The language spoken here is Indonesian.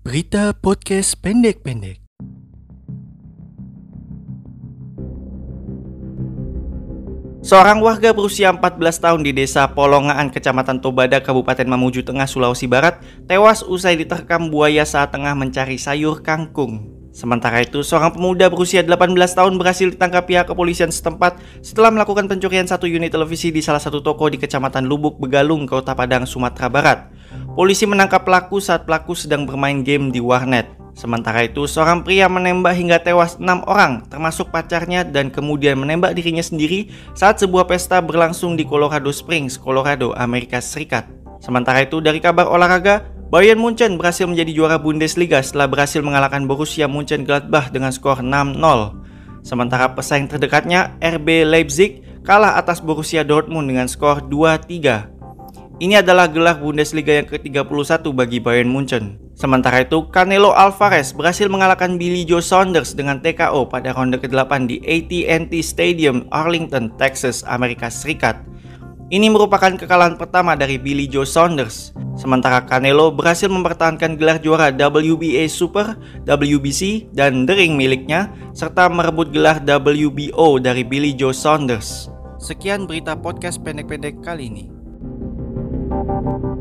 Berita podcast pendek-pendek. Seorang warga berusia 14 tahun di desa Polongaan, Kecamatan Tobada, Kabupaten Mamuju Tengah, Sulawesi Barat, tewas usai diterkam buaya saat tengah mencari sayur kangkung. Sementara itu, seorang pemuda berusia 18 tahun berhasil ditangkap pihak kepolisian setempat setelah melakukan pencurian satu unit televisi di salah satu toko di Kecamatan Lubuk Begalung, Kota Padang, Sumatera Barat. Polisi menangkap pelaku saat pelaku sedang bermain game di warnet. Sementara itu, seorang pria menembak hingga tewas 6 orang, termasuk pacarnya, dan kemudian menembak dirinya sendiri saat sebuah pesta berlangsung di Colorado Springs, Colorado, Amerika Serikat. Sementara itu, dari kabar olahraga, Bayern Munchen berhasil menjadi juara Bundesliga setelah berhasil mengalahkan Borussia Mönchengladbach dengan skor 6-0. Sementara pesaing terdekatnya, RB Leipzig, kalah atas Borussia Dortmund dengan skor 2-3. Ini adalah gelar Bundesliga yang ke-31 bagi Bayern Munchen. Sementara itu, Canelo Alvarez berhasil mengalahkan Billy Joe Saunders dengan TKO pada ronde ke-8 di AT&T Stadium, Arlington, Texas, Amerika Serikat. Ini merupakan kekalahan pertama dari Billy Joe Saunders. Sementara Canelo berhasil mempertahankan gelar juara WBA Super, WBC, dan The Ring miliknya, serta merebut gelar WBO dari Billy Joe Saunders. Sekian berita podcast pendek-pendek kali ini.